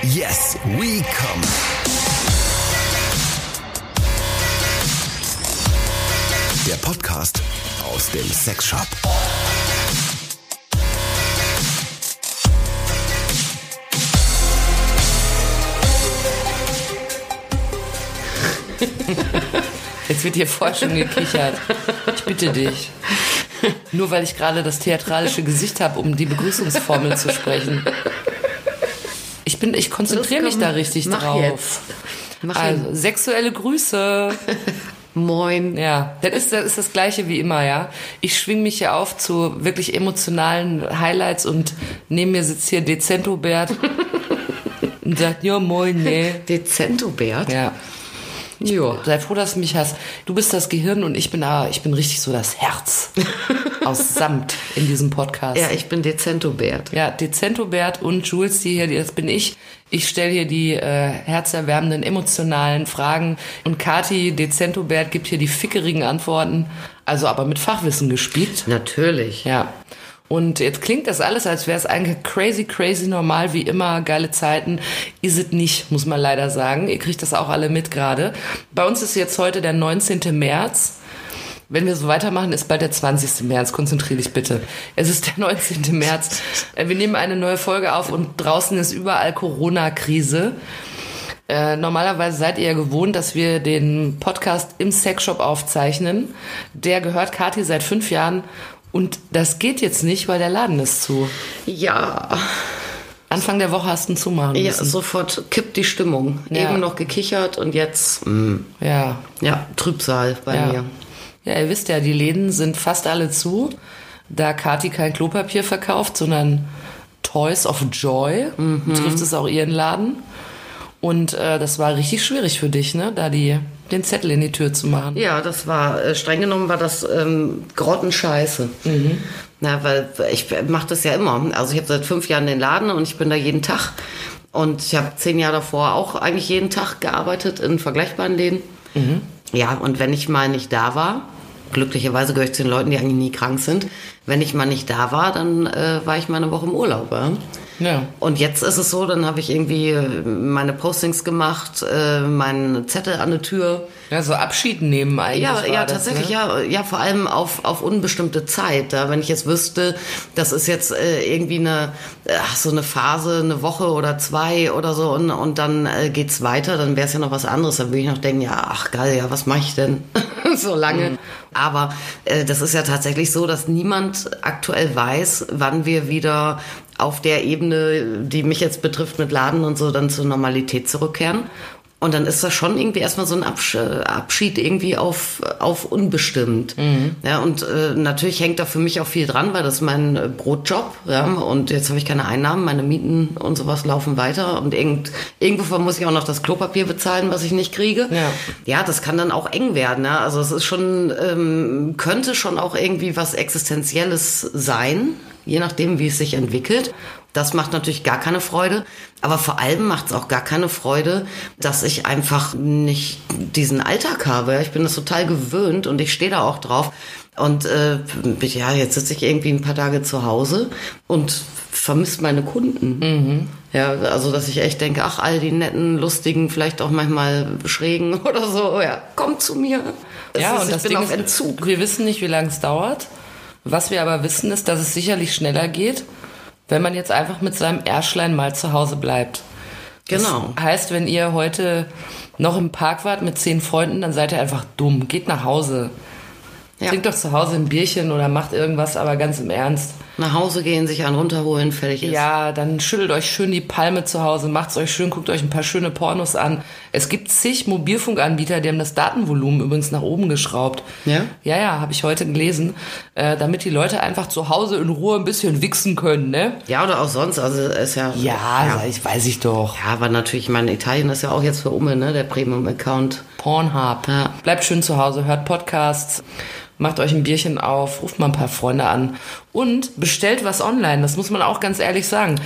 Yes, we come. Der Podcast aus dem Sexshop. Jetzt wird hier vorher schon gekichert. Ich bitte dich. Nur weil ich gerade das theatralische Gesicht habe, um die Begrüßungsformel zu sprechen. Ich konzentriere mich da richtig drauf. Jetzt. Also, sexuelle Grüße. Moin. Ja, das ist das Gleiche wie immer, ja. Ich schwing mich hier auf zu wirklich emotionalen Highlights und neben mir sitzt hier Dezentobert und sagt, ja moin, ne. Dezentobert? Ja. Jo. Sei froh, dass du mich hast. Du bist das Gehirn und ich bin richtig so das Herz aus Samt in diesem Podcast. Ja, ich bin Dezentobert. Ja, Dezentobert und Jules, das bin ich. Ich stelle hier die herzerwärmenden, emotionalen Fragen und Kathi, Dezentobert, gibt hier die fickerigen Antworten, also aber mit Fachwissen gespickt. Natürlich. Ja. Und jetzt klingt das alles, als wäre es eigentlich crazy normal, wie immer, geile Zeiten. Ist es nicht, muss man leider sagen. Ihr kriegt das auch alle mit gerade. Bei uns ist jetzt heute der 19. März. Wenn wir so weitermachen, ist bald der 20. März. Konzentrier dich bitte. Es ist der 19. März. Wir nehmen eine neue Folge auf und draußen ist überall Corona-Krise. Normalerweise seid ihr ja gewohnt, dass wir den Podcast im Sexshop aufzeichnen. Der gehört Kathi seit 5 Jahren. Und das geht jetzt nicht, weil der Laden ist zu. Ja. Anfang der Woche hast du ihn zumachen müssen. Ja, sofort kippt die Stimmung. Ja. Eben noch gekichert und jetzt, Ja, Trübsal bei mir. Ja, ihr wisst ja, die Läden sind fast alle zu, da Kathi kein Klopapier verkauft, sondern Toys of Joy. Trifft es auch ihren Laden. Und das war richtig schwierig für dich, ne, da den Zettel in die Tür zu machen. Ja, das war, streng genommen war das grottenscheiße. Na, weil ich mache das ja immer. Also ich habe seit 5 Jahren den Laden und ich bin da jeden Tag. Und ich habe 10 Jahre davor auch eigentlich jeden Tag gearbeitet in vergleichbaren Läden. Ja, und wenn ich mal nicht da war, glücklicherweise gehöre ich zu den Leuten, die eigentlich nie krank sind. Wenn ich mal nicht da war, dann war ich mal eine Woche im Urlaub. Ja. Und jetzt ist es so, dann habe ich irgendwie meine Postings gemacht, meinen Zettel an der Tür. Ja, so Abschied nehmen eigentlich. Ja, tatsächlich, ne? Ja, vor allem auf unbestimmte Zeit. Ja. Wenn ich jetzt wüsste, das ist jetzt irgendwie so eine Phase, eine Woche oder 2 oder so und dann geht's weiter, dann wäre es ja noch was anderes. Dann würde ich noch denken, ja, ach geil, ja, was mache ich denn so lange? Aber das ist ja tatsächlich so, dass niemand aktuell weiß, wann wir wieder auf der Ebene, die mich jetzt betrifft mit Laden und so, dann zur Normalität zurückkehren. Und dann ist das schon irgendwie erstmal so ein Abschied irgendwie auf unbestimmt. Ja, und natürlich hängt da für mich auch viel dran, weil das ist mein Brotjob. Ja, und jetzt habe ich keine Einnahmen, meine Mieten und sowas laufen weiter. Und irgendwo muss ich auch noch das Klopapier bezahlen, was ich nicht kriege. Ja, das kann dann auch eng werden. Ja? Also es ist schon, könnte schon auch irgendwie was Existenzielles sein, je nachdem, wie es sich entwickelt. Das macht natürlich gar keine Freude. Aber vor allem macht es auch gar keine Freude, dass ich einfach nicht diesen Alltag habe. Ich bin das total gewöhnt und ich stehe da auch drauf. Und jetzt sitze ich irgendwie ein paar Tage zu Hause und vermisse meine Kunden. Ja, also dass ich echt denke, ach, all die netten, lustigen, vielleicht auch manchmal schrägen oder so, ja, kommt zu mir. Und das Ding auf Entzug. Wir wissen nicht, wie lange es dauert. Was wir aber wissen, ist, dass es sicherlich schneller geht, wenn man jetzt einfach mit seinem Ärschlein mal zu Hause bleibt. Genau. Das heißt, wenn ihr heute noch im Park wart mit 10 Freunden, dann seid ihr einfach dumm. Geht nach Hause. Ja. Trinkt doch zu Hause ein Bierchen oder macht irgendwas, aber ganz im Ernst. Nach Hause gehen, sich einen runterholen, fertig ist. Ja, dann schüttelt euch schön die Palme zu Hause, macht's euch schön, guckt euch ein paar schöne Pornos an. Es gibt zig Mobilfunkanbieter, die haben das Datenvolumen übrigens nach oben geschraubt. Ja? Ja, habe ich heute gelesen, damit die Leute einfach zu Hause in Ruhe ein bisschen wichsen können, ne? Ja, oder auch sonst, also ist ja... Ja, weiß ich doch. Ja, aber natürlich, ich meine, Italien ist ja auch jetzt für Umme, ne, der Premium-Account. Pornhub. Ja. Bleibt schön zu Hause, hört Podcasts. Macht euch ein Bierchen auf, ruft mal ein paar Freunde an und bestellt was online. Das muss man auch ganz ehrlich sagen.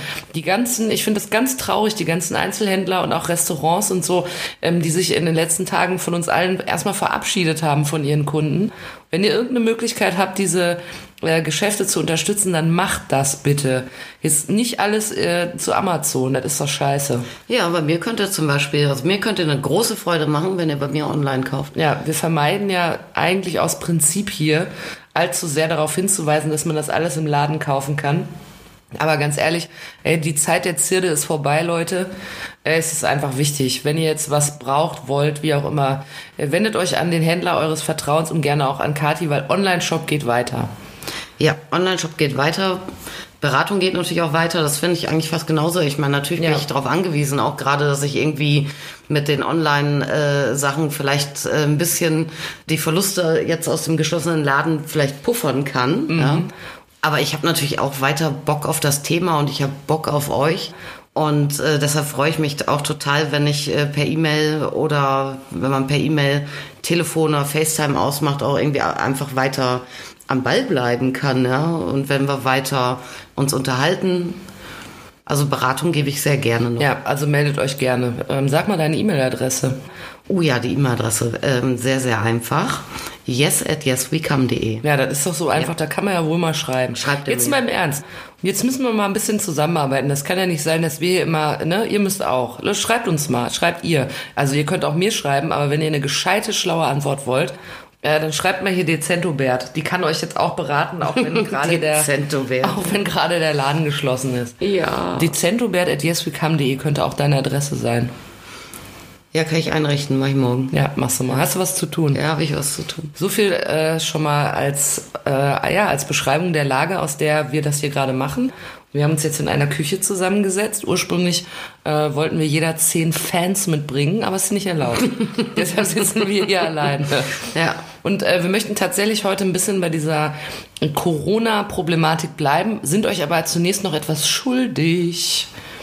Ich finde das ganz traurig, die ganzen Einzelhändler und auch Restaurants und so, die sich in den letzten Tagen von uns allen erstmal verabschiedet haben von ihren Kunden. Wenn ihr irgendeine Möglichkeit habt, diese Geschäfte zu unterstützen, dann macht das bitte. Jetzt nicht alles zu Amazon, das ist doch scheiße. Ja, aber mir könnt ihr eine große Freude machen, wenn ihr bei mir online kauft. Ja, wir vermeiden ja eigentlich aus Prinzip hier allzu sehr darauf hinzuweisen, dass man das alles im Laden kaufen kann. Aber ganz ehrlich, die Zeit der Zierde ist vorbei, Leute. Es ist einfach wichtig, wenn ihr jetzt was braucht, wollt, wie auch immer, wendet euch an den Händler eures Vertrauens und gerne auch an Kathi, weil Online-Shop geht weiter. Ja, Online-Shop geht weiter. Beratung geht natürlich auch weiter. Das finde ich eigentlich fast genauso. Ich meine, natürlich bin ich darauf angewiesen, auch gerade, dass ich irgendwie mit den Online-Sachen vielleicht ein bisschen die Verluste jetzt aus dem geschlossenen Laden vielleicht puffern kann. Mhm. Ja. Aber ich habe natürlich auch weiter Bock auf das Thema und ich habe Bock auf euch. Und deshalb freue ich mich auch total, wenn ich per E-Mail oder wenn man per E-Mail, Telefon oder FaceTime ausmacht, auch irgendwie einfach weiter am Ball bleiben kann. Ja? Und wenn wir weiter uns unterhalten, also Beratung gebe ich sehr gerne noch. Ja, also meldet euch gerne. Sag mal deine E-Mail-Adresse. Oh ja, die E-Mail-Adresse, sehr, sehr einfach. yes@yeswecome.de. Ja, das ist doch so einfach, da kann man ja wohl mal schreiben. Schreibt jetzt mal im Ernst. Jetzt müssen wir mal ein bisschen zusammenarbeiten. Das kann ja nicht sein, dass wir hier immer, ne, ihr müsst auch. Schreibt uns mal, schreibt ihr. Also ihr könnt auch mir schreiben, aber wenn ihr eine gescheite, schlaue Antwort wollt, dann schreibt mal hier Dezentobert. Die kann euch jetzt auch beraten, auch wenn gerade der Laden geschlossen ist. Ja. Dezentobert@yeswecome.de könnte auch deine Adresse sein. Ja, kann ich einrichten, mach ich morgen. Ja, machst du mal. Hast du was zu tun? Ja, habe ich was zu tun. So viel schon mal als Beschreibung der Lage, aus der wir das hier gerade machen. Wir haben uns jetzt in einer Küche zusammengesetzt. Ursprünglich wollten wir jeder 10 Fans mitbringen, aber es ist nicht erlaubt. Deshalb sitzen wir hier alleine. Ja. Und wir möchten tatsächlich heute ein bisschen bei dieser Corona-Problematik bleiben, sind euch aber zunächst noch etwas schuldig.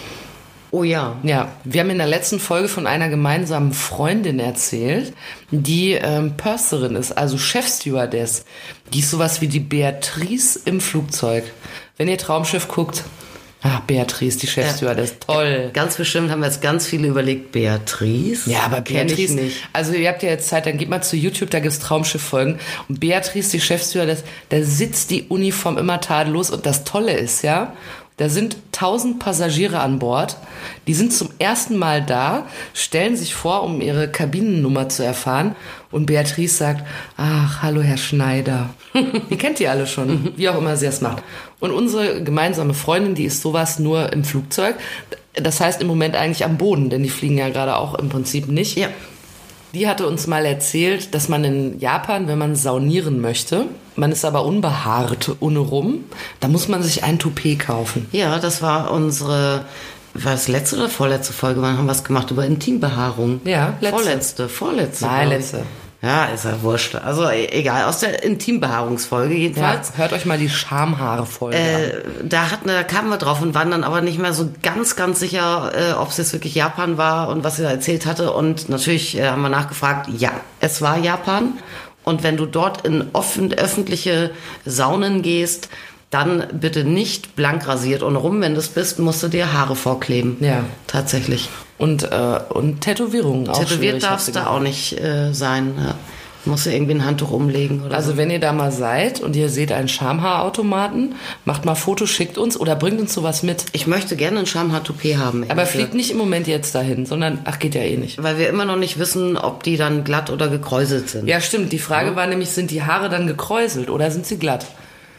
Oh ja. Ja, wir haben in der letzten Folge von einer gemeinsamen Freundin erzählt, die Purserin ist, also Chefstewardess. Die ist sowas wie die Beatrice im Flugzeug. Wenn ihr Traumschiff guckt, Beatrice, die Chefstewardess, toll. Ganz bestimmt haben wir jetzt ganz viele überlegt, Beatrice? Ja, aber Beatrice, nicht. Also ihr habt ja jetzt Zeit, dann geht mal zu YouTube, da gibt's Traumschiff-Folgen. Und Beatrice, die Chefstewardess, da sitzt die Uniform immer tadellos. Und das Tolle ist ja, da sind 1000 Passagiere an Bord, die sind zum ersten Mal da, stellen sich vor, um ihre Kabinennummer zu erfahren. Und Beatrice sagt, ach, hallo Herr Schneider. Die kennt ihr alle schon, wie auch immer sie das macht. Und unsere gemeinsame Freundin, die ist sowas nur im Flugzeug. Das heißt im Moment eigentlich am Boden, denn die fliegen ja gerade auch im Prinzip nicht. Ja. Die hatte uns mal erzählt, dass man in Japan, wenn man saunieren möchte, man ist aber unbehaart ohne rum, da muss man sich ein Toupet kaufen. Ja, das war war das letzte oder vorletzte Folge? Wann haben wir es gemacht? Über Intimbehaarung. Ja, letzte. Vorletzte. Nein, letzte. Ja, ist ja wurscht. Also egal, aus der Intimbehaarungsfolge jedenfalls. Ja, hört euch mal die Schamhaare-Folge an. Da kamen wir drauf und waren dann aber nicht mehr so ganz sicher, ob es jetzt wirklich Japan war und was sie da erzählt hatte. Und natürlich haben wir nachgefragt, ja, es war Japan. Und wenn du dort in öffentliche Saunen gehst, dann bitte nicht blank rasiert und rum. Wenn du es bist, musst du dir Haare vorkleben. Ja. Tatsächlich. Und Tätowierungen auch. Tätowiert darfst du auch nicht sein. Ja. Musst du irgendwie ein Handtuch umlegen oder Also so. wenn ihr da mal seid und ihr seht einen Schamhaarautomaten, macht mal Fotos, schickt uns oder bringt uns sowas mit. Ich möchte gerne ein Schamhaar-Toupet haben. Aber fliegt nicht im Moment jetzt dahin, sondern, geht ja eh nicht. Weil wir immer noch nicht wissen, ob die dann glatt oder gekräuselt sind. Ja, stimmt. Die Frage war nämlich, sind die Haare dann gekräuselt oder sind sie glatt?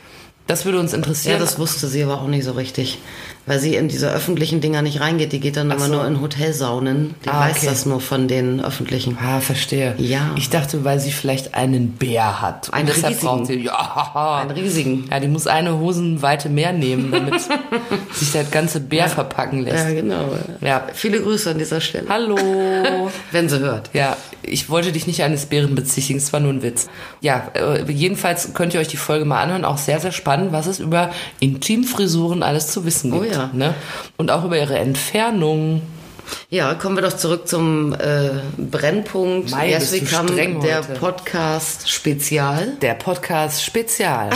Das würde uns interessieren. Ja, das wusste sie aber auch nicht so richtig. Weil sie in diese öffentlichen Dinger nicht reingeht. Die geht dann immer nur in Hotelsaunen. Die weiß das nur von den öffentlichen. Verstehe. Ja. Ich dachte, weil sie vielleicht einen Bär hat. Einen riesigen. Einen riesigen. Ja, die muss eine Hosenweite mehr nehmen, damit sich das ganze Bär verpacken lässt. Ja, genau. Ja. Viele Grüße an dieser Stelle. Hallo. Wenn sie hört. Ja, ich wollte dich nicht eines Bären bezichtigen, es war nur ein Witz. Ja, jedenfalls könnt ihr euch die Folge mal anhören. Auch sehr, sehr spannend, was es über Intimfrisuren alles zu wissen gibt. Oh ja. Ne? Und auch über ihre Entfernung. Ja, kommen wir doch zurück zum Brennpunkt. Bist du streng der heute. Podcast Spezial. Der Podcast Spezial.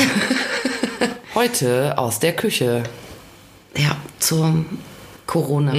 Heute aus der Küche. Ja, zum Corona.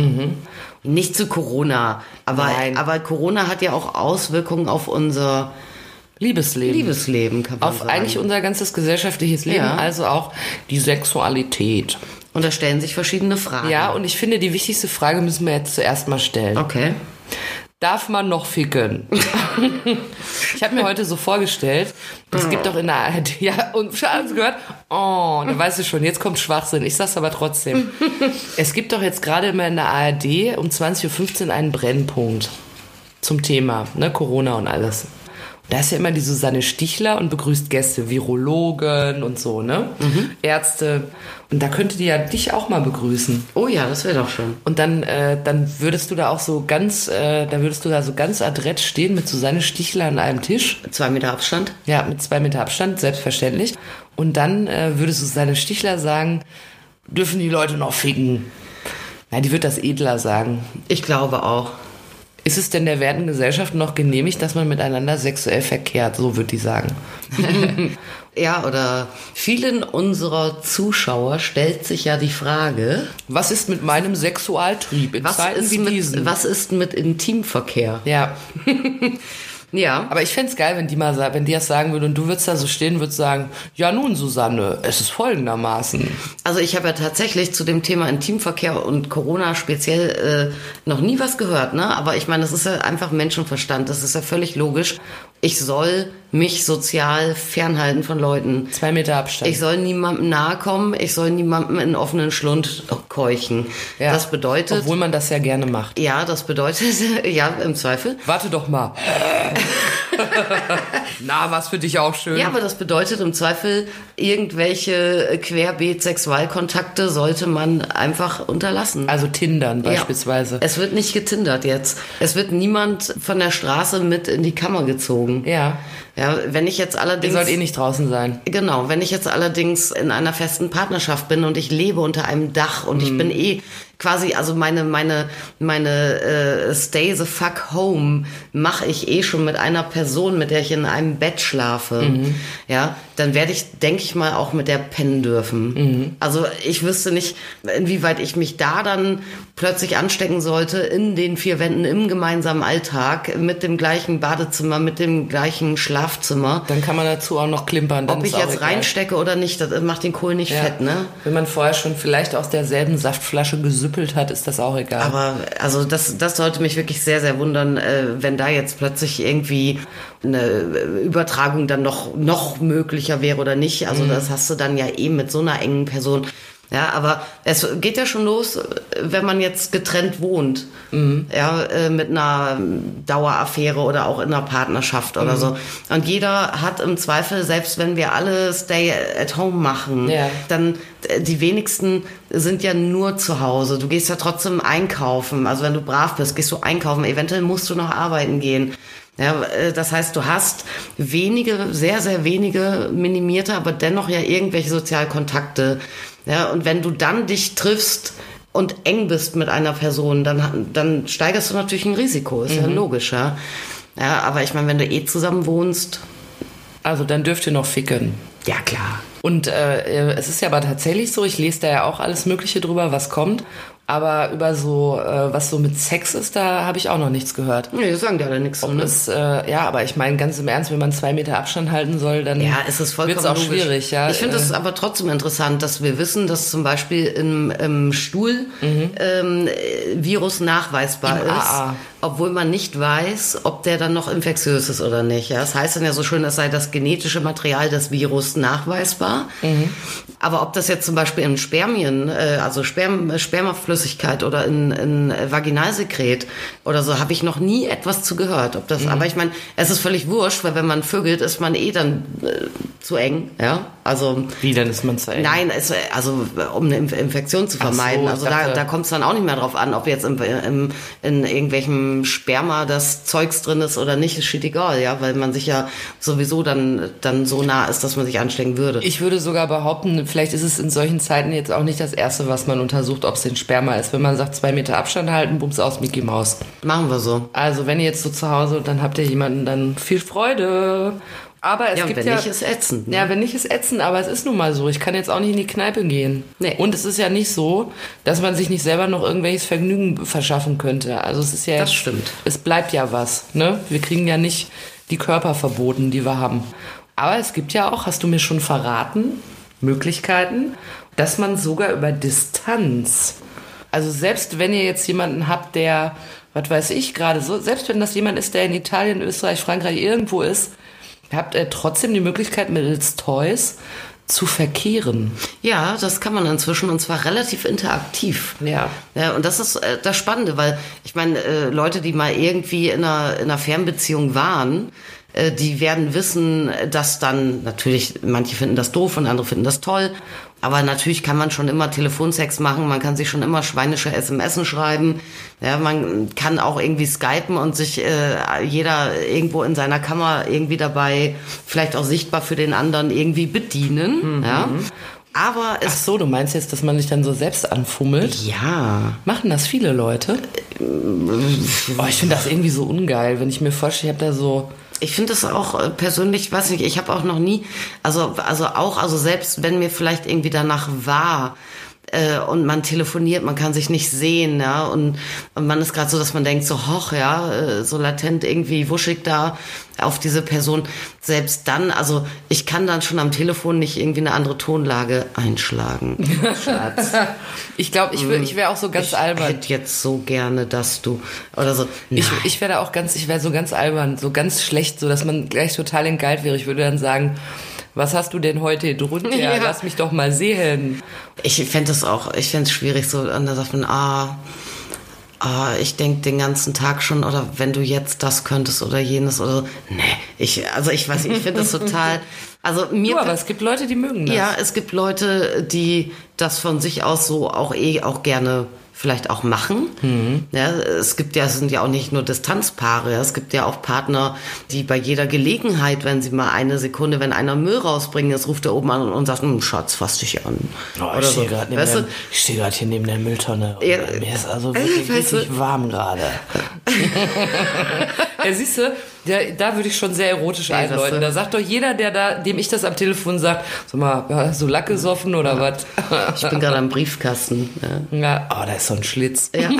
Nicht zu Corona, aber Corona hat ja auch Auswirkungen auf unser Liebesleben, kann man Auf sagen. eigentlich unser ganzes gesellschaftliches Leben, Ja. also auch die Sexualität. Und da stellen sich verschiedene Fragen. Ja, und ich finde, die wichtigste Frage müssen wir jetzt zuerst mal stellen. Okay. Darf man noch ficken? Ich habe mir heute so vorgestellt, es gibt doch in der ARD, ja, und schon alles gehört? Oh, da weißt du schon, jetzt kommt Schwachsinn. Ich sag's aber trotzdem. Es gibt doch jetzt gerade immer in der ARD um 20.15 Uhr einen Brennpunkt zum Thema, ne, Corona und alles. Da ist ja immer die Susanne Stichler und begrüßt Gäste, Virologen und so, ne? Ärzte. Und da könnte die ja dich auch mal begrüßen. Oh ja, das wäre doch schön. Und dann würdest du da auch so ganz, ganz adrett stehen mit Susanne Stichler an einem Tisch. 2 Meter Abstand. Ja, mit 2 Meter Abstand, selbstverständlich. Und dann würde Susanne Stichler sagen, dürfen die Leute noch ficken? Ja, die wird das edler sagen. Ich glaube auch. Ist es denn der werten Gesellschaft noch genehmigt, dass man miteinander sexuell verkehrt? So würde die sagen. Ja, oder vielen unserer Zuschauer stellt sich ja die Frage, Was ist mit meinem Sexualtrieb in was Zeiten ist, wie diesen? was ist mit Intimverkehr? Ja, Ja, aber ich fänd's geil, wenn die das sagen würde und du würdest da so stehen und würdest sagen, ja nun Susanne, es ist folgendermaßen. also ich habe ja tatsächlich zu dem Thema Intimverkehr und Corona speziell noch nie was gehört, ne? Aber ich meine, das ist ja einfach Menschenverstand, das ist ja völlig logisch. Ich soll mich sozial fernhalten von Leuten. 2 Meter Abstand. Ich soll niemandem nahe kommen, ich soll niemandem in einen offenen Schlund keuchen. Ja, Das bedeutet, obwohl man das ja gerne macht. ja, das bedeutet, ja, im Zweifel. Warte doch mal. Na, was für dich auch schön. Ja, aber das bedeutet im Zweifel, irgendwelche Querbeet-Sexualkontakte sollte man einfach unterlassen. Also Tindern beispielsweise. Ja. Es wird nicht getindert jetzt. Es wird niemand von der Straße mit in die Kammer gezogen. Ja. Ja, wenn ich jetzt Ihr allerdings... sollt eh nicht draußen sein. Genau, wenn ich jetzt allerdings in einer festen Partnerschaft bin und ich lebe unter einem Dach und ich bin quasi, also meine Stay the fuck home mache ich eh schon mit einer Person, mit der ich in einem Bett schlafe. Ja, dann werde ich, denke ich mal, auch mit der pennen dürfen. Also ich wüsste nicht, inwieweit ich mich da dann plötzlich anstecken sollte in den 4 Wänden im gemeinsamen Alltag mit dem gleichen Badezimmer, mit dem gleichen Schlafzimmer. Dann kann man dazu auch noch klimpern. Dann Ob ich ist auch jetzt egal. reinstecke oder nicht, das macht den Kohl nicht Ja. fett, ne? Wenn man vorher schon vielleicht aus derselben Saftflasche gesüppelt hat, ist das auch egal. Aber also das sollte mich wirklich sehr, sehr wundern, wenn da jetzt plötzlich irgendwie eine Übertragung dann noch möglicher wäre oder nicht. Also das hast du dann ja eben mit so einer engen Person. Ja, aber es geht ja schon los, wenn man jetzt getrennt wohnt, ja, mit einer Daueraffäre oder auch in einer Partnerschaft oder so. Und jeder hat im Zweifel, selbst wenn wir alle Stay at Home machen, Ja. dann die wenigsten sind ja nur zu Hause. Du gehst ja trotzdem einkaufen. Also wenn du brav bist, gehst du einkaufen. Eventuell musst du noch arbeiten gehen. Ja, das heißt, du hast wenige, sehr, sehr wenige minimierte, aber dennoch ja irgendwelche Sozialkontakte. Ja, und wenn du dann dich triffst und eng bist mit einer Person, dann steigerst du natürlich ein Risiko. Ist ja logisch, ja. Ja, aber ich meine, wenn du zusammen wohnst. Also dann dürft ihr noch ficken. Ja, klar. Und es ist ja aber tatsächlich so, ich lese da ja auch alles Mögliche drüber, was kommt. Aber über so, was so mit Sex ist, da habe ich auch noch nichts gehört. Nee, das sagen die alle nichts so, ne? Das, ja, aber ich meine, ganz im Ernst, wenn man 2 Meter Abstand halten soll, dann Ja, es ist vollkommen wird's auch logisch. schwierig. Ja. Ich finde es aber trotzdem interessant, dass wir wissen, dass zum Beispiel im Stuhl Virus nachweisbar Im ist, AA. obwohl man nicht weiß, ob der dann noch infektiös ist oder nicht. Ja, das heißt dann ja so schön, es sei das genetische Material des Virus nachweisbar. Aber ob das jetzt zum Beispiel in Spermien, also Spermaflüssigkeit oder in Vaginalsekret oder so, habe ich noch nie etwas zu gehört. Ob das, aber ich meine, es ist völlig wurscht, weil wenn man vögelt, ist man dann zu eng, ja. Also Wie, dann ist man zu eng? nein, also um eine Infektion zu vermeiden. ich Also dachte- da kommt es dann auch nicht mehr drauf an, ob jetzt in irgendwelchem Sperma das Zeugs drin ist oder nicht, ist shit egal, ja, weil man sich ja sowieso dann so nah ist, dass man sich anstecken würde. Ich würde sogar behaupten, vielleicht ist es in solchen Zeiten jetzt auch nicht das Erste, was man untersucht, ob es den Sperma ist. Wenn man sagt, 2 Meter Abstand halten, bums aus, Mickey Maus. Machen wir so. Also wenn ihr jetzt so zu Hause, dann habt ihr jemanden, dann viel Freude. Aber es Ja, und gibt wenn ja, nicht, ist ätzend. Ne? ja, wenn nicht, ist ätzend, aber es ist nun mal so. Ich kann jetzt auch nicht in die Kneipe gehen. Nee. Und es ist ja nicht so, dass man sich nicht selber noch irgendwelches Vergnügen verschaffen könnte. Also es ist ja Das jetzt, stimmt. Es bleibt ja was, ne? Wir kriegen ja nicht die Körper verboten, die wir haben. Aber es gibt ja auch, hast du mir schon verraten, Möglichkeiten, dass man sogar über Distanz, also selbst wenn ihr jetzt jemanden habt, der, was weiß ich gerade so, selbst wenn das jemand ist, der in Italien, Österreich, Frankreich irgendwo ist, habt ihr trotzdem die Möglichkeit, mittels Toys zu verkehren. Ja, das kann man inzwischen und zwar relativ interaktiv. Ja. Ja, und das ist das Spannende, weil ich meine, Leute, die mal irgendwie in einer Fernbeziehung waren, die werden wissen, dass dann natürlich, manche finden das doof und andere finden das toll, aber natürlich kann man schon immer Telefonsex machen, man kann sich schon immer schweinische SMSen schreiben, ja, man kann auch irgendwie skypen und sich jeder irgendwo in seiner Kammer irgendwie dabei, vielleicht auch sichtbar für den anderen irgendwie bedienen, ja. Aber Ach so, du meinst jetzt, dass man sich dann so selbst anfummelt? Ja. Machen das viele Leute? Oh, ich finde das irgendwie so ungeil, wenn ich mir vorstelle, ich habe da so... Ich finde das auch persönlich, weiß nicht, ich habe auch noch nie, also selbst wenn mir vielleicht irgendwie danach war und man telefoniert, man kann sich nicht sehen, ja, und man ist gerade so, dass man denkt, so hoch, ja, so latent irgendwie wuschig da auf diese Person. Selbst dann, also ich kann dann schon am Telefon nicht irgendwie eine andere Tonlage einschlagen. Schatz. Ich glaube, ich wäre auch so ganz albern. Ich hätte jetzt so gerne, dass du, oder so. Ich wäre da auch ich wäre so ganz albern, so ganz schlecht, so dass man gleich total entgeilt wäre. Ich würde dann sagen, was hast du denn heute drunter? Ja. Lass mich doch mal sehen. Ich fände es schwierig, so, und da sagt man, ich denke den ganzen Tag schon, oder wenn du jetzt das könntest oder jenes oder so. Nee, ich weiß nicht, ich finde das total, also mir. Aber es gibt Leute, die mögen das. Ja, es gibt Leute, die das von sich aus so auch gerne vielleicht auch machen. Ja, es sind ja auch nicht nur Distanzpaare, es gibt ja auch Partner, die bei jeder Gelegenheit, wenn sie mal eine Sekunde, wenn einer Müll rausbringen, jetzt ruft er oben an und sagt, Schatz, fass dich an. Oh, ich stehe gerade hier neben der Mülltonne. Ja, mir ist also wirklich richtig warm gerade. Ja, siehst du, da würde ich schon sehr erotisch einläuten. Da sagt doch jeder, dem ich das am Telefon sage, sag mal, hast du Lack gesoffen oder was? Ich bin gerade am Briefkasten. Ja. Oh, da ist so ein Schlitz. Ja.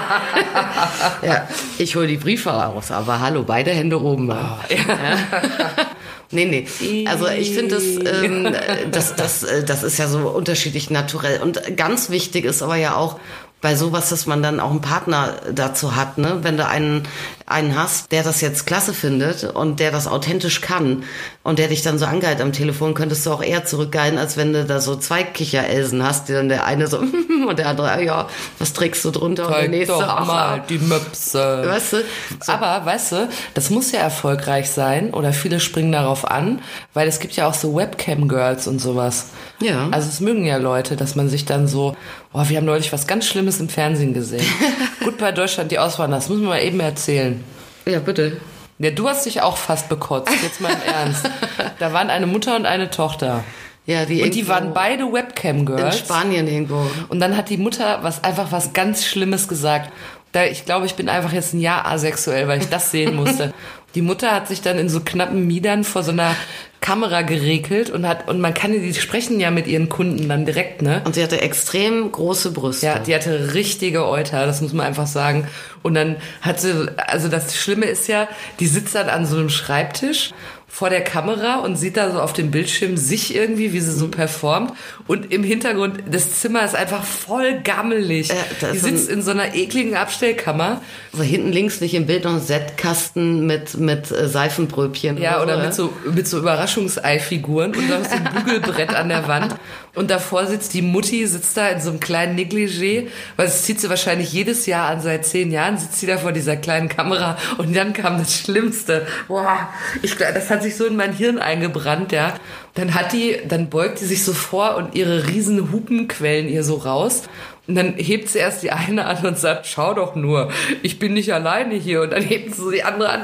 Ja, ich hole die Briefe raus, aber hallo, beide Hände oben. Oh, ja. Nee. Also ich finde das ist ja so unterschiedlich naturell. Und ganz wichtig ist aber ja auch bei sowas, dass man dann auch einen Partner dazu hat, ne? Wenn du einen hast, der das jetzt klasse findet und der das authentisch kann und der dich dann so angeilt am Telefon, könntest du auch eher zurückgeilen, als wenn du da so zwei Kicherelsen hast, die dann der eine so und der andere, ja, was trägst du drunter? Und der nächste, doch mal die Möpse. Weißt du? So. Aber, weißt du, das muss ja erfolgreich sein oder viele springen darauf an, weil es gibt ja auch so Webcam-Girls und sowas. Ja. Also es mögen ja Leute, dass man sich dann so, wir haben neulich was ganz Schlimmes im Fernsehen gesehen. Gut bei Deutschland, die Auswahl, das muss man mal eben erzählen. Ja, bitte. Ja, du hast dich auch fast bekotzt, jetzt mal im Ernst. Da waren eine Mutter und eine Tochter. Ja, die waren beide Webcam-Girls. In Spanien irgendwo. Und dann hat die Mutter was ganz Schlimmes gesagt. Ich glaube, ich bin einfach jetzt ein Jahr asexuell, weil ich das sehen musste. Die Mutter hat sich dann in so knappen Miedern vor so einer Kamera geregelt und die sprechen ja mit ihren Kunden dann direkt, ne? Und sie hatte extrem große Brüste. Ja, die hatte richtige Euter, das muss man einfach sagen. Und dann hat sie, also das Schlimme ist ja, die sitzt dann an so einem Schreibtisch vor der Kamera und sieht da so auf dem Bildschirm sich irgendwie, wie sie so performt. Und im Hintergrund, das Zimmer ist einfach voll gammelig. Die sitzt in so einer ekligen Abstellkammer. So hinten links nicht im Bild noch ein Setkasten mit Seifenbröbchen. Ja, oder so, mit so Überraschungseifiguren und noch so ein Bügelbrett an der Wand. Und davor sitzt die Mutti, sitzt da in so einem kleinen Negligé, weil das zieht sie wahrscheinlich jedes Jahr an, seit 10 Jahren sitzt sie da vor dieser kleinen Kamera. Und dann kam das Schlimmste. Boah, das hat sich so in mein Hirn eingebrannt, ja. Dann beugt die sich so vor und ihre riesen Hupen quellen ihr so raus. Und dann hebt sie erst die eine an und sagt, schau doch nur, ich bin nicht alleine hier. Und dann hebt sie so die andere an.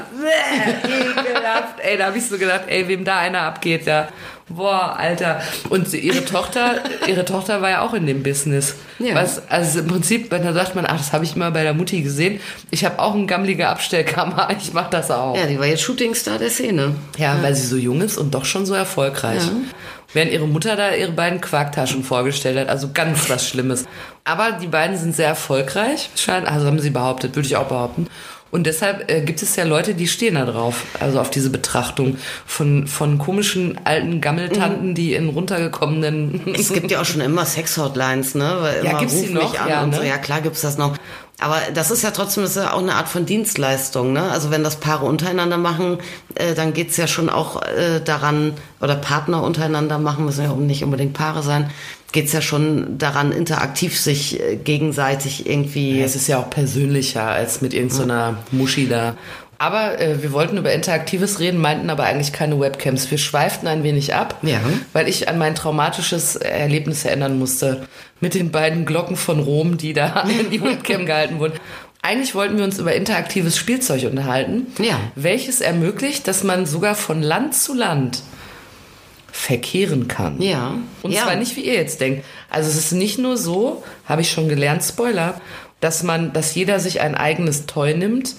Ekelhaft. Ey, da hab ich so gedacht, wem da einer abgeht, ja. Boah, Alter. Und ihre Tochter war ja auch in dem Business. Ja. Also im Prinzip, da sagt man, das habe ich immer bei der Mutti gesehen. Ich habe auch eine gammelige Abstellkammer, ich mache das auch. Ja, die war jetzt Shootingstar der Szene. Ja, weil sie so jung ist und doch schon so erfolgreich. Ja. Während ihre Mutter da ihre beiden Quarktaschen vorgestellt hat, also ganz was Schlimmes. Aber die beiden sind sehr erfolgreich, also haben sie behauptet, würde ich auch behaupten. Und deshalb gibt es ja Leute, die stehen da drauf, also auf diese Betrachtung von komischen alten Gammeltanten, die in runtergekommenen... Es gibt ja auch schon immer Sex-Hotlines, ne? Weil Ja, immer gibt's die ruf noch? mich an Ja, und ne? so. Ja, klar gibt's das noch. Aber das ist ja trotzdem, das ist ja auch eine Art von Dienstleistung, ne? Also wenn das Paare untereinander machen, dann geht's ja schon auch daran, oder Partner untereinander machen, müssen ja nicht unbedingt Paare sein, geht's ja schon daran, interaktiv sich gegenseitig irgendwie... Ja, es ist ja auch persönlicher als mit irgendeiner Muschi da. Aber wir wollten über Interaktives reden, meinten aber eigentlich keine Webcams. Wir schweiften ein wenig ab, Ja. weil ich an mein traumatisches Erlebnis erinnern musste mit den beiden Glocken von Rom, die da in die Webcam gehalten wurden. Eigentlich wollten wir uns über interaktives Spielzeug unterhalten, Ja. welches ermöglicht, dass man sogar von Land zu Land verkehren kann. Ja. Und Ja. zwar nicht, wie ihr jetzt denkt. Also es ist nicht nur so, habe ich schon gelernt, Spoiler, dass jeder sich ein eigenes Toy nimmt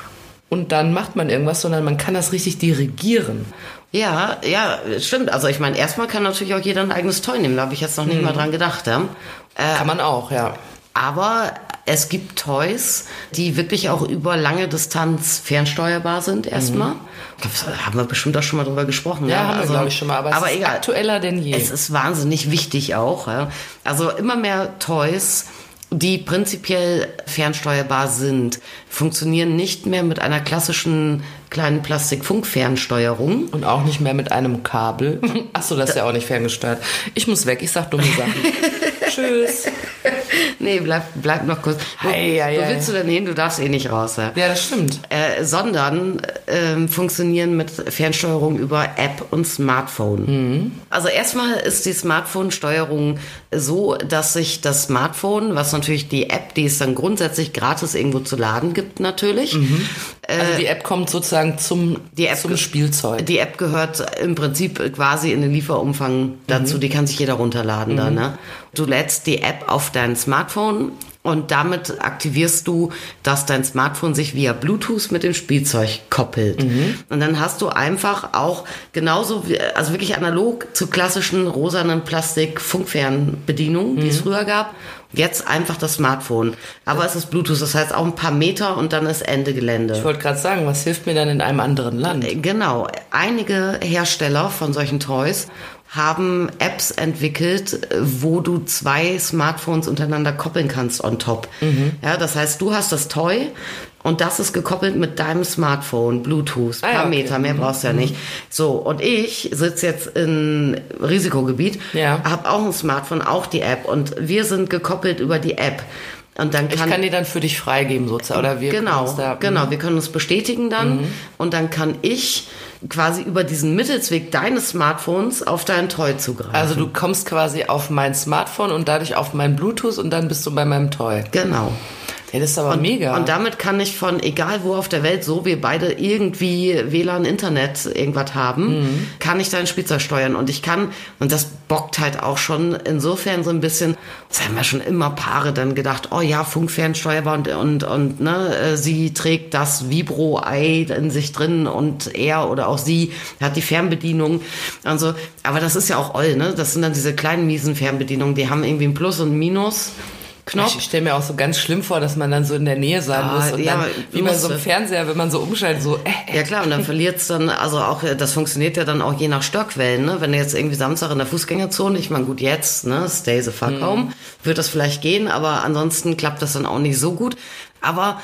und dann macht man irgendwas, sondern man kann das richtig dirigieren. Ja, stimmt. Also ich meine, erstmal kann natürlich auch jeder ein eigenes Toy nehmen. Da habe ich jetzt noch nicht mal dran gedacht. Ja. Kann man auch, ja. Aber es gibt Toys, die wirklich auch über lange Distanz fernsteuerbar sind erstmal. Da haben wir bestimmt auch schon mal drüber gesprochen. Ja, Ja, haben wir, glaube ich, schon mal. Aber es ist egal. aktueller denn je. Es ist wahnsinnig wichtig auch. Ja. Also immer mehr Toys, die prinzipiell fernsteuerbar sind, funktionieren nicht mehr mit einer klassischen kleinen Plastikfunkfernsteuerung. Und auch nicht mehr mit einem Kabel. Achso, das ist ja auch nicht ferngesteuert. Ich muss weg, ich sag dumme Sachen. Tschüss. Nee, bleib noch kurz. Wo willst du denn hin? Du darfst eh nicht raus. Ja, Ja, das stimmt. Sondern funktionieren mit Fernsteuerung über App und Smartphone. Also erstmal ist die Smartphone-Steuerung so, dass sich das Smartphone, was natürlich die App, die es dann grundsätzlich gratis irgendwo zu laden gibt natürlich. Also die App kommt sozusagen zum Spielzeug. Die App gehört im Prinzip quasi in den Lieferumfang dazu, die kann sich jeder runterladen dann. Ne? Du lädst die App auf dein Smartphone und damit aktivierst du, dass dein Smartphone sich via Bluetooth mit dem Spielzeug koppelt. Und dann hast du einfach auch genauso, also wirklich analog zu klassischen rosanen Plastik-Funkfernbedienungen, die es früher gab, jetzt einfach das Smartphone. Aber es ist Bluetooth, das heißt auch ein paar Meter und dann ist Ende Gelände. Ich wollte gerade sagen, was hilft mir dann in einem anderen Land? Genau. Einige Hersteller von solchen Toys haben Apps entwickelt, wo du 2 Smartphones untereinander koppeln kannst on top. Ja, das heißt, du hast das Toy und das ist gekoppelt mit deinem Smartphone, Bluetooth, paar okay. Meter, mehr brauchst du ja nicht. So, und ich sitze jetzt in Risikogebiet, Ja. habe auch ein Smartphone, auch die App und wir sind gekoppelt über die App. Und dann Ich kann die dann für dich freigeben sozusagen. Oder wir können uns da, Genau, wir können uns bestätigen dann und dann kann ich quasi über diesen Mittelsweg deines Smartphones auf dein Toy zugreifen. Also du kommst quasi auf mein Smartphone und dadurch auf mein Bluetooth und dann bist du bei meinem Toy. Genau. Ja, das ist aber mega. Und damit kann ich von egal wo auf der Welt, so wir beide irgendwie WLAN, Internet, irgendwas haben, kann ich dein Spielzeug steuern. Und ich kann, und das bockt halt auch schon insofern so ein bisschen, das haben ja schon immer Paare dann gedacht, oh ja, funkfernsteuerbar und ne, sie trägt das Vibro-Ei in sich drin und er oder auch sie hat die Fernbedienung und so. Aber das ist ja auch oll, ne? Das sind dann diese kleinen miesen Fernbedienungen, die haben irgendwie ein Plus und ein Minus. Knopf. Ich stelle mir auch so ganz schlimm vor, dass man dann so in der Nähe sein muss und ja, dann, wie bei so einem Fernseher, wenn man so umschaltet, so Ja klar, und dann verliert's dann, also auch, das funktioniert ja dann auch je nach Störquellen, ne? Wenn du jetzt irgendwie Samstag in der Fußgängerzone, ich meine gut jetzt, ne, stay the fuck home, wird das vielleicht gehen, aber ansonsten klappt das dann auch nicht so gut. Aber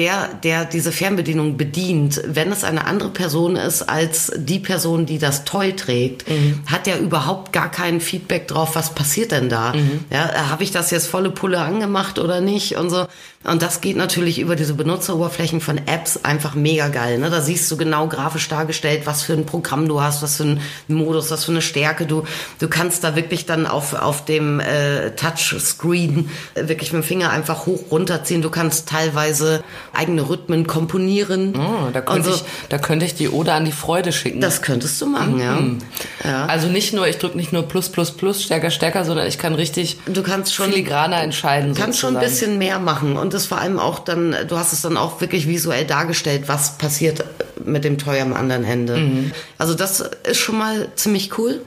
der diese Fernbedienung bedient, wenn es eine andere Person ist als die Person, die das Toy trägt, hat ja überhaupt gar kein Feedback drauf, was passiert denn da? Ja, habe ich das jetzt volle Pulle angemacht oder nicht und so. Und das geht natürlich über diese Benutzeroberflächen von Apps einfach mega geil. Ne? Da siehst du genau grafisch dargestellt, was für ein Programm du hast, was für ein Modus, was für eine Stärke du kannst da wirklich dann auf dem Touchscreen wirklich mit dem Finger einfach hoch runterziehen. Du kannst teilweise eigene Rhythmen komponieren. Oh, da könnte ich die Ode an die Freude schicken. Das könntest du machen, ja. Also ich drücke nicht nur plus, plus, plus, stärker, stärker, sondern ich kann richtig filigraner entscheiden. Du kannst schon ein bisschen mehr machen und das vor allem auch dann, du hast es dann auch wirklich visuell dargestellt, was passiert mit dem Toy am anderen Ende. Also das ist schon mal ziemlich cool.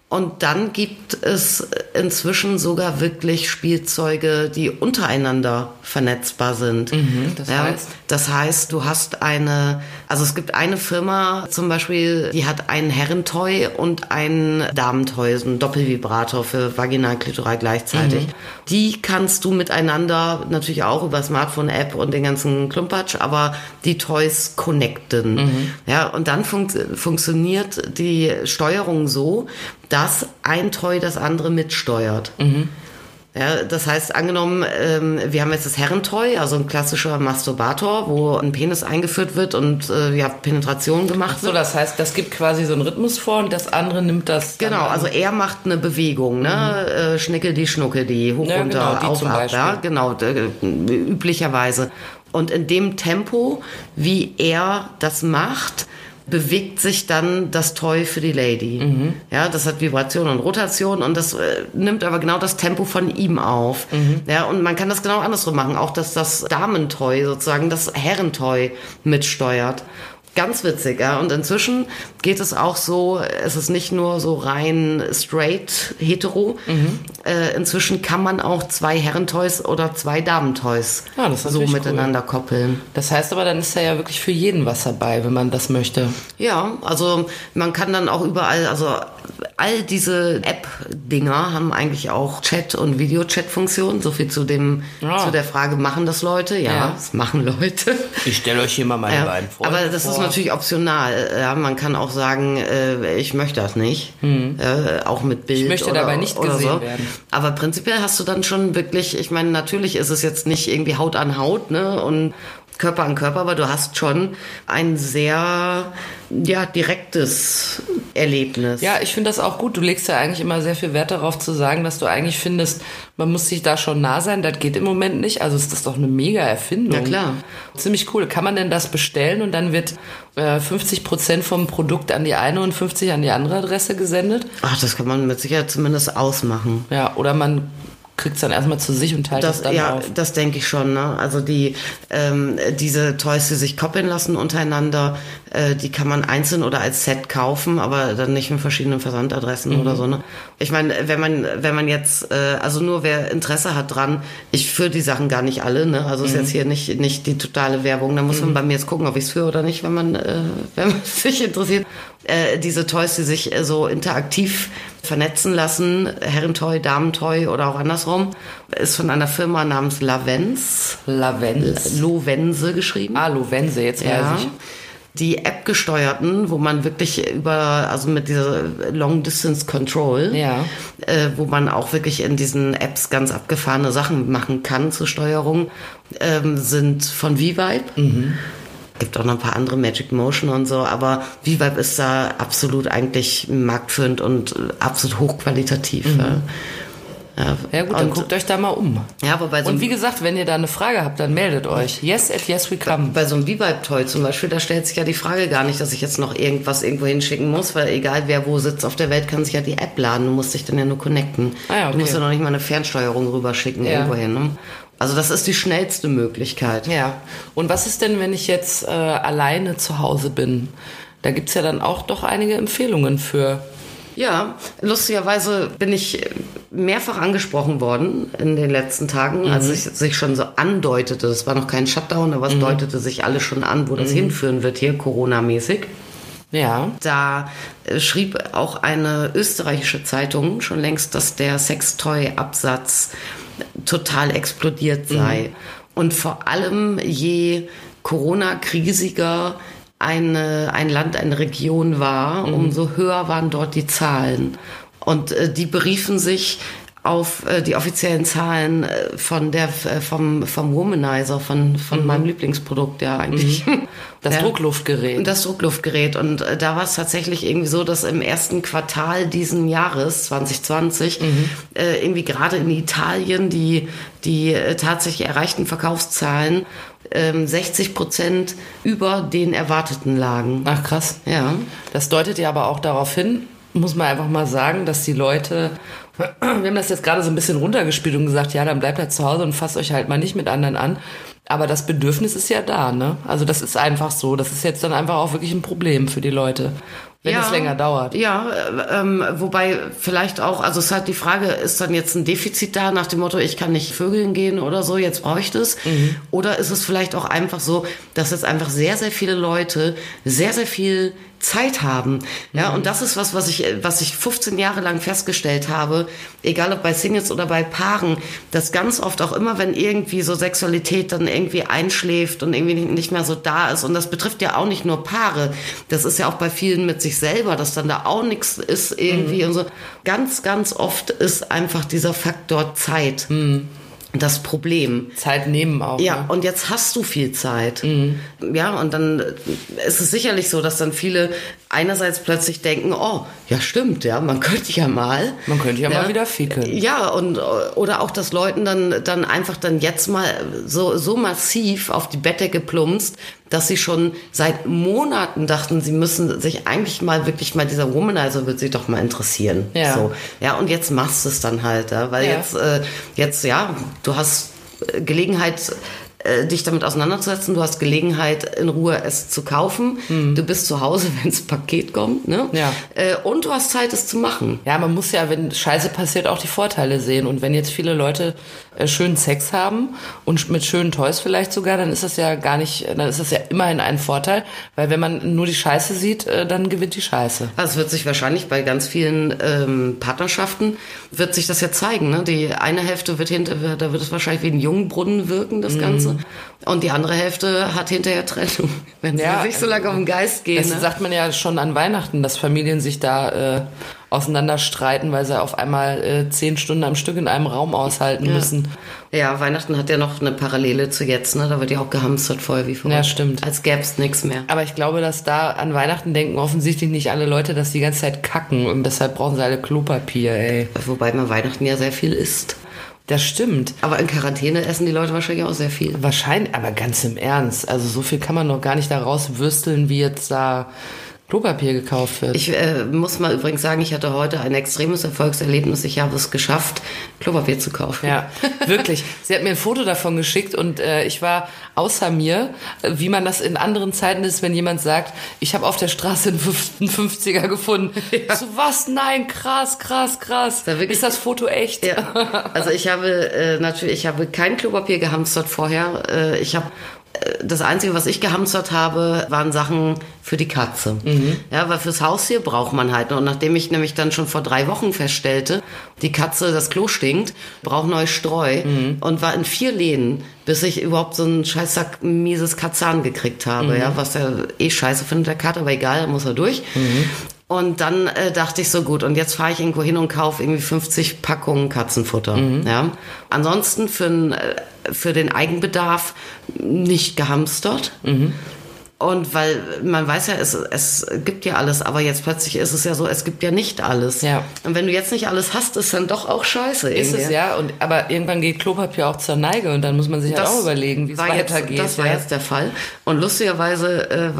Und dann gibt es inzwischen sogar wirklich Spielzeuge, die untereinander vernetzbar sind. Das heißt, du hast also es gibt eine Firma zum Beispiel, die hat ein Herrentoy und ein Damentoy, so ein Doppelvibrator für Vaginal, Klitoral gleichzeitig. Die kannst du miteinander natürlich auch über Smartphone-App und den ganzen Klumpatsch, aber die Toys connecten. Ja, und dann funktioniert die Steuerung so, dass ein Toy das andere mitsteuert. Ja, das heißt, angenommen, wir haben jetzt das Herrentoy, also ein klassischer Masturbator, wo ein Penis eingeführt wird und Penetration gemacht wird. So, das heißt, das gibt quasi so einen Rhythmus vor und das andere nimmt das. Genau, also er macht eine Bewegung, ne? Schnickel-die, Schnuckel-die, hoch, runter, auf, ab, ja, genau, üblicherweise. Und in dem Tempo, wie er das macht, bewegt sich dann das Toy für die Lady. Ja, das hat Vibration und Rotation und das nimmt aber genau das Tempo von ihm auf. Ja, und man kann das genau andersrum machen, auch dass das Damentoy sozusagen das Herrentoy mitsteuert. Ganz witzig, ja. Und inzwischen geht es auch so, es ist nicht nur so rein straight hetero. Inzwischen kann man auch 2 Herrentoys oder 2 Damentoys so miteinander koppeln. Das heißt aber, dann ist da ja wirklich für jeden was dabei, wenn man das möchte. Ja, also man kann dann auch überall, also all diese App-Dinger haben eigentlich auch Chat- und Video-Chat-Funktionen. So viel zu der Frage, machen das Leute? Ja, das machen Leute. Ich stelle euch hier mal meine beiden vor. Aber das ist natürlich optional. Ja, man kann auch sagen, ich möchte das nicht. Auch mit Bild. Ich möchte dabei nicht gesehen werden. Aber prinzipiell hast du dann schon wirklich, ich meine, natürlich ist es jetzt nicht irgendwie Haut an Haut, ne, und Körper an Körper, aber du hast schon ein sehr, direktes Erlebnis. Ja, ich finde das auch gut. Du legst ja eigentlich immer sehr viel Wert darauf zu sagen, dass du eigentlich findest, man muss sich da schon nah sein. Das geht im Moment nicht. Also ist das doch eine mega Erfindung. Ja, klar. Ziemlich cool. Kann man denn das bestellen und dann wird 50% vom Produkt an die eine und 50% an die andere Adresse gesendet? Ach, das kann man mit Sicherheit zumindest ausmachen. Ja, oder man kriegt es dann erstmal zu sich und teilt es dann auf. Ja, das denke ich schon. Ne? Also diese Toys, die sich koppeln lassen untereinander, die kann man einzeln oder als Set kaufen, aber dann nicht mit verschiedenen Versandadressen oder so. Ne? Ich meine, wenn man jetzt, also nur wer Interesse hat dran, ich führe die Sachen gar nicht alle, ne? Also ist jetzt hier nicht die totale Werbung. Da muss man bei mir jetzt gucken, ob ich es führe oder nicht, wenn man sich interessiert. Diese Toys, die sich so interaktiv vernetzen lassen, Herrentoy, Damentoy oder auch andersrum, ist von einer Firma namens Lavense geschrieben. Ah, Lovense, jetzt weiß ich. Die App-gesteuerten, wo man wirklich also mit dieser Long-Distance Control, wo man auch wirklich in diesen Apps ganz abgefahrene Sachen machen kann zur Steuerung, sind von V-Vibe. Gibt auch noch ein paar andere, Magic Motion und so, aber V-Vibe ist da absolut eigentlich marktführend und absolut hochqualitativ. Ja gut, dann guckt euch da mal um. Ja, aber und wie gesagt, wenn ihr da eine Frage habt, dann meldet euch. Yes@YesWeCome. Bei so einem V-Vibe-Toy zum Beispiel, da stellt sich ja die Frage gar nicht, dass ich jetzt noch irgendwas irgendwo hinschicken muss, weil egal wer wo sitzt auf der Welt, kann sich ja die App laden. Du musst dich dann ja nur connecten. Okay. Du musst ja noch nicht mal eine Fernsteuerung rüberschicken irgendwo hin. Ne? Also das ist die schnellste Möglichkeit. Ja. Und was ist denn, wenn ich jetzt alleine zu Hause bin? Da gibt's ja dann auch doch einige Empfehlungen für. Ja, lustigerweise bin ich mehrfach angesprochen worden in den letzten Tagen, als es sich schon so andeutete. Es war noch kein Shutdown, aber es deutete sich alles schon an, wo das hinführen wird hier, Corona-mäßig. Ja. Da schrieb auch eine österreichische Zeitung schon längst, dass der Sextoy-Absatz total explodiert sei. Und vor allem je Corona-krisiger ein Land, eine Region war, umso höher waren dort die Zahlen. Und die beriefen sich auf die offiziellen Zahlen vom Womanizer, von meinem Lieblingsprodukt, ja eigentlich. Das Druckluftgerät. Das Druckluftgerät. Und da war es tatsächlich irgendwie so, dass im ersten Quartal diesen Jahres, 2020, irgendwie gerade in Italien die tatsächlich erreichten Verkaufszahlen 60% über den erwarteten lagen. Ach krass. Ja. Das deutet ja aber auch darauf hin, muss man einfach mal sagen, dass die Leute, wir haben das jetzt gerade so ein bisschen runtergespielt und gesagt, ja, dann bleibt halt zu Hause und fasst euch halt mal nicht mit anderen an. Aber das Bedürfnis ist ja da, ne? Also das ist einfach so. Das ist jetzt dann einfach auch wirklich ein Problem für die Leute. wenn es länger dauert. Ja, wobei vielleicht auch, also es ist halt die Frage, ist dann jetzt ein Defizit da nach dem Motto, ich kann nicht vögeln gehen oder so, jetzt brauche ich das? Oder ist es vielleicht auch einfach so, dass jetzt einfach sehr, sehr viele Leute sehr, sehr viel Zeit haben. Ja, und das ist was ich 15 Jahre lang festgestellt habe, egal ob bei Singles oder bei Paaren, dass ganz oft auch immer, wenn irgendwie so Sexualität dann irgendwie einschläft und irgendwie nicht mehr so da ist, und das betrifft ja auch nicht nur Paare, das ist ja auch bei vielen mit sich selber, dass dann da auch nichts ist irgendwie und so. Ganz, ganz oft ist einfach dieser Faktor Zeit. Das Problem. Zeit nehmen auch. Ja, ne? Und jetzt hast du viel Zeit. Ja, und dann ist es sicherlich so, dass dann viele einerseits plötzlich denken, oh, ja stimmt, ja, man könnte ja mal. Man könnte ja mal wieder ficken. Ja, oder auch, dass Leuten dann einfach dann jetzt mal so massiv auf die Bettdecke plumpst, dass sie schon seit Monaten dachten, sie müssen sich eigentlich mal wirklich mal, dieser Womanizer wird sich doch mal interessieren. Ja. So. Ja, und jetzt machst du es dann halt, ja, weil jetzt, du hast Gelegenheit, dich damit auseinanderzusetzen. Du hast Gelegenheit, in Ruhe es zu kaufen. Du bist zu Hause, wenn das Paket kommt. Ne? Ja. Und du hast Zeit, es zu machen. Ja, man muss ja, wenn Scheiße passiert, auch die Vorteile sehen. Und wenn jetzt viele Leute schönen Sex haben und mit schönen Toys vielleicht sogar, dann ist das ja dann ist das ja immerhin ein Vorteil. Weil wenn man nur die Scheiße sieht, dann gewinnt die Scheiße. Also es wird sich wahrscheinlich bei ganz vielen Partnerschaften, wird sich das ja zeigen. Ne? Die eine Hälfte da wird es wahrscheinlich wie ein Jungbrunnen wirken, das Ganze. Und die andere Hälfte hat hinterher Trennung, wenn sie sich so lange um den Geist gehen. Das sagt man ja schon an Weihnachten, dass Familien sich da auseinanderstreiten, weil sie auf einmal 10 Stunden am Stück in einem Raum aushalten müssen. Ja, Weihnachten hat ja noch eine Parallele zu jetzt, ne? Da wird ja auch gehamstert voll wie vorher. Ja, stimmt. Als gäb's nichts mehr. Aber ich glaube, dass da an Weihnachten denken offensichtlich nicht alle Leute, dass die ganze Zeit kacken und deshalb brauchen sie alle Klopapier, ey. Wobei man Weihnachten ja sehr viel isst. Das stimmt. Aber in Quarantäne essen die Leute wahrscheinlich auch sehr viel. Wahrscheinlich, aber ganz im Ernst. Also so viel kann man noch gar nicht da rauswürsteln, wie jetzt da Klopapier gekauft wird. Ich muss mal übrigens sagen, ich hatte heute ein extremes Erfolgserlebnis. Ich habe es geschafft, Klopapier zu kaufen. Ja, wirklich. Sie hat mir ein Foto davon geschickt und ich war außer mir, wie man das in anderen Zeiten ist, wenn jemand sagt, ich habe auf der Straße einen 50er gefunden. Ja. So, was? Nein, krass. Ist das Foto echt? Ja. Also ich habe kein Klopapier gehamstert vorher. Das Einzige, was ich gehamstert habe, waren Sachen für die Katze. Ja, weil fürs Haustier braucht man halt. Und nachdem ich nämlich dann schon vor 3 Wochen feststellte, die Katze, das Klo stinkt, braucht neues Streu und war in 4 Läden, bis ich überhaupt so einen Scheißsack mieses Katzan gekriegt habe. Ja, was er scheiße findet, der Kater, aber egal, muss er durch. Und dann dachte ich so, gut, und jetzt fahre ich irgendwo hin und kaufe irgendwie 50 Packungen Katzenfutter. Ja. Ansonsten für den Eigenbedarf nicht gehamstert. Und weil man weiß ja, es gibt ja alles, aber jetzt plötzlich ist es ja so, es gibt ja nicht alles. Ja. Und wenn du jetzt nicht alles hast, ist dann doch auch scheiße. Ist irgendwie. Es ja, aber irgendwann geht Klopapier auch zur Neige und dann muss man sich halt auch überlegen, wie es weitergeht. Das war jetzt der Fall. Und lustigerweise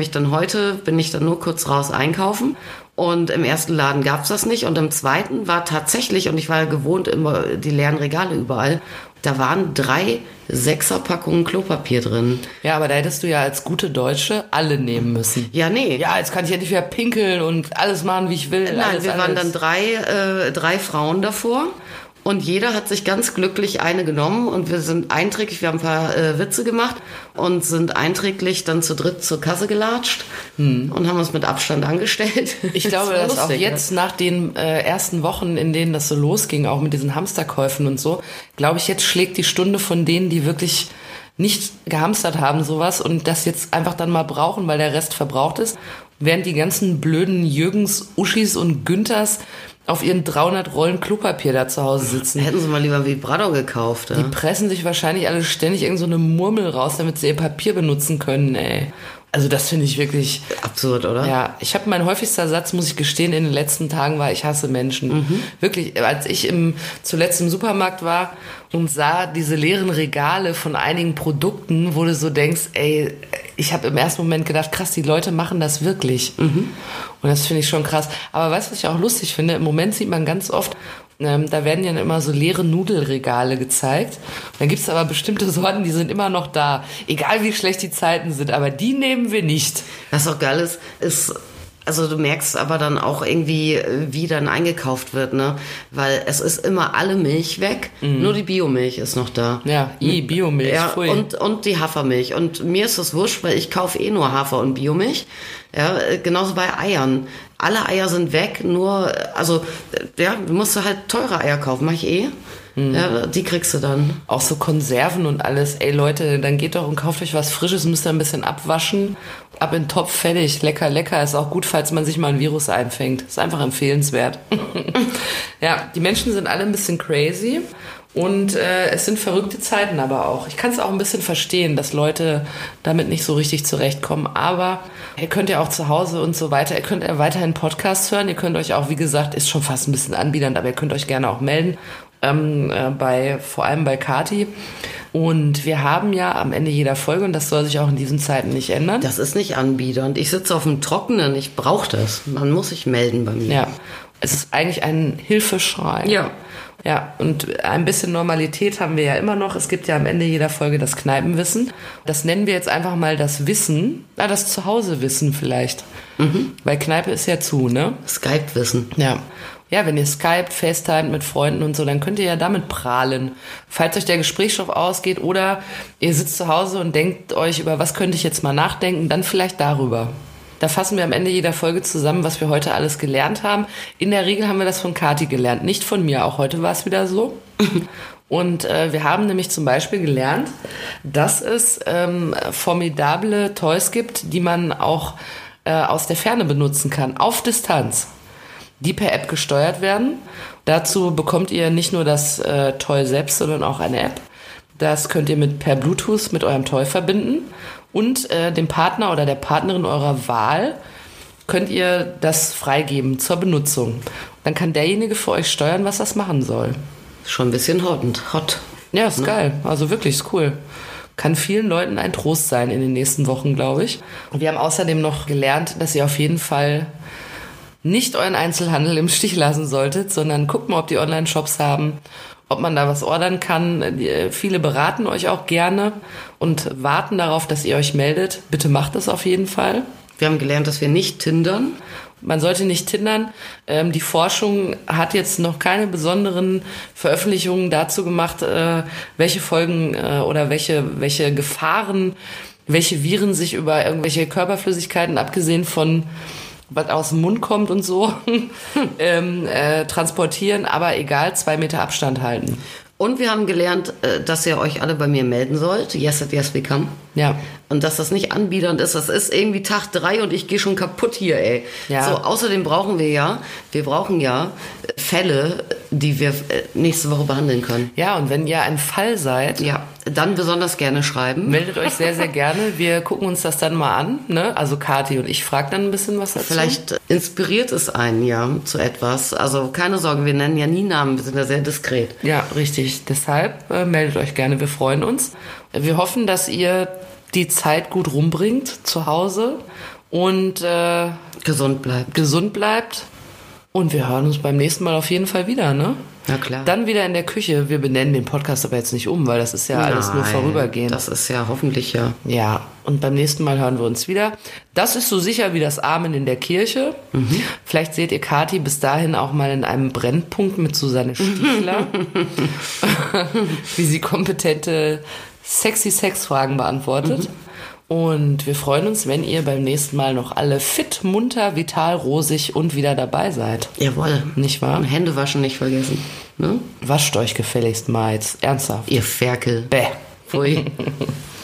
bin ich dann nur kurz raus einkaufen. Und im ersten Laden gab's das nicht. Und im zweiten war tatsächlich, und ich war ja gewohnt, immer die leeren Regale überall, da waren 3 6er-Packungen Klopapier drin. Ja, aber da hättest du ja als gute Deutsche alle nehmen müssen. Ja, nee. Ja, jetzt kann ich ja nicht mehr pinkeln und alles machen, wie ich will. Nein, wir waren dann 3 Frauen davor. Und jeder hat sich ganz glücklich eine genommen und wir haben ein paar Witze gemacht und sind einträglich dann zu dritt zur Kasse gelatscht und haben uns mit Abstand angestellt. Ich glaube, dass lustig, auch jetzt nach den ersten Wochen, in denen das so losging, auch mit diesen Hamsterkäufen und so, glaube ich, jetzt schlägt die Stunde von denen, die wirklich nicht gehamstert haben, sowas und das jetzt einfach dann mal brauchen, weil der Rest verbraucht ist, während die ganzen blöden Jürgens, Uschis und Günthers auf ihren 300 Rollen Klopapier da zu Hause sitzen. Hätten sie mal lieber Vibrato gekauft. Ja? Die pressen sich wahrscheinlich alle ständig irgend so eine Murmel raus, damit sie ihr Papier benutzen können, ey. Also das finde ich wirklich absurd, oder? Ja, mein häufigster Satz, muss ich gestehen, in den letzten Tagen war, ich hasse Menschen. Wirklich, als ich zuletzt im Supermarkt war und sah diese leeren Regale von einigen Produkten, wo du so denkst, ey, ich habe im ersten Moment gedacht, krass, die Leute machen das wirklich. Und das finde ich schon krass. Aber weißt du, was ich auch lustig finde? Im Moment sieht man ganz oft, da werden ja immer so leere Nudelregale gezeigt. Dann gibt's aber bestimmte Sorten, die sind immer noch da. Egal wie schlecht die Zeiten sind, aber die nehmen wir nicht. Was auch geil ist, Also du merkst aber dann auch irgendwie, wie dann eingekauft wird, ne? Weil es ist immer alle Milch weg, nur die Biomilch ist noch da. Ja, Biomilch, ja, pfui. und die Hafermilch. Und mir ist das wurscht, weil ich kaufe eh nur Hafer- und Biomilch. Ja, genauso bei Eiern. Alle Eier sind weg, nur, also, ja, du musst halt teure Eier kaufen, mach ich eh. Ja, die kriegst du dann. Auch so Konserven und alles. Ey Leute, dann geht doch und kauft euch was Frisches, müsst ihr ein bisschen abwaschen. Ab in den Topf, fertig. Lecker, lecker. Ist auch gut, falls man sich mal ein Virus einfängt. Ist einfach empfehlenswert. Ja, die Menschen sind alle ein bisschen crazy. Und es sind verrückte Zeiten aber auch. Ich kann es auch ein bisschen verstehen, dass Leute damit nicht so richtig zurechtkommen. Aber ihr könnt ja auch zu Hause und so weiter. Ihr könnt ja weiterhin Podcasts hören. Ihr könnt euch auch, wie gesagt, ist schon fast ein bisschen anbiedernd, aber ihr könnt euch gerne auch melden. Vor allem bei Kati. Und wir haben ja am Ende jeder Folge, und das soll sich auch in diesen Zeiten nicht ändern. Das ist nicht anbiedernd. Ich sitze auf dem Trockenen, ich brauche das. Man muss sich melden bei mir. Ja, es ist eigentlich ein Hilfeschrei. Ja. Ja, und ein bisschen Normalität haben wir ja immer noch. Es gibt ja am Ende jeder Folge das Kneipenwissen. Das nennen wir jetzt einfach mal das Wissen. Das Zuhause-Wissen vielleicht. Weil Kneipe ist ja zu, ne? Skype-Wissen. Ja. Ja, wenn ihr Skypt, FaceTime mit Freunden und so, dann könnt ihr ja damit prahlen. Falls euch der Gesprächsstoff ausgeht oder ihr sitzt zu Hause und denkt euch, über was könnte ich jetzt mal nachdenken, dann vielleicht darüber. Da fassen wir am Ende jeder Folge zusammen, was wir heute alles gelernt haben. In der Regel haben wir das von Kati gelernt, nicht von mir. Auch heute war es wieder so. Und wir haben nämlich zum Beispiel gelernt, dass es formidable Toys gibt, die man auch aus der Ferne benutzen kann, auf Distanz, die per App gesteuert werden. Dazu bekommt ihr nicht nur das Toy selbst, sondern auch eine App. Das könnt ihr per Bluetooth mit eurem Toy verbinden. Und dem Partner oder der Partnerin eurer Wahl könnt ihr das freigeben zur Benutzung. Dann kann derjenige für euch steuern, was das machen soll. Schon ein bisschen hot. Ja, ist geil. Also wirklich, ist cool. Kann vielen Leuten ein Trost sein in den nächsten Wochen, glaube ich. Und wir haben außerdem noch gelernt, dass ihr auf jeden Fall nicht euren Einzelhandel im Stich lassen solltet, sondern guckt mal, ob die Online-Shops haben, ob man da was ordern kann. Viele beraten euch auch gerne und warten darauf, dass ihr euch meldet. Bitte macht das auf jeden Fall. Wir haben gelernt, dass wir nicht tindern. Man sollte nicht tindern. Die Forschung hat jetzt noch keine besonderen Veröffentlichungen dazu gemacht, welche Folgen oder welche Gefahren, welche Viren sich über irgendwelche Körperflüssigkeiten, abgesehen von was aus dem Mund kommt und so, transportieren, aber egal, 2 Meter Abstand halten. Und wir haben gelernt, dass ihr euch alle bei mir melden sollt. Yes, yes, we come. Ja. Und dass das nicht anbiedernd ist. Das ist irgendwie Tag 3 und ich gehe schon kaputt hier, ey. Ja. So, außerdem brauchen wir brauchen Fälle, die wir nächste Woche behandeln können. Ja, und wenn ihr ein Fall seid, ja, dann besonders gerne schreiben. Meldet euch sehr, sehr gerne. Wir gucken uns das dann mal an, ne? Also Kati und ich fragen dann ein bisschen was dazu. Vielleicht inspiriert es einen ja zu etwas. Also keine Sorge, wir nennen ja nie Namen, wir sind ja sehr diskret. Ja, richtig. Deshalb meldet euch gerne, wir freuen uns. Wir hoffen, dass ihr die Zeit gut rumbringt zu Hause und gesund bleibt. Und wir hören uns beim nächsten Mal auf jeden Fall wieder, ne? Na klar. Dann wieder in der Küche. Wir benennen den Podcast aber jetzt nicht um, weil das ist ja alles nur vorübergehend. Das ist ja hoffentlich ja. Ja, und beim nächsten Mal hören wir uns wieder. Das ist so sicher wie das Amen in der Kirche. Vielleicht seht ihr Kati bis dahin auch mal in einem Brennpunkt mit Susanne Stichler, wie sie kompetente sexy Sexfragen beantwortet. Und wir freuen uns, wenn ihr beim nächsten Mal noch alle fit, munter, vital, rosig und wieder dabei seid. Jawohl. Nicht wahr? Und Hände waschen nicht vergessen. Ne? Wascht euch gefälligst mal jetzt. Ernsthaft. Ihr Ferkel. Bäh. Pfui.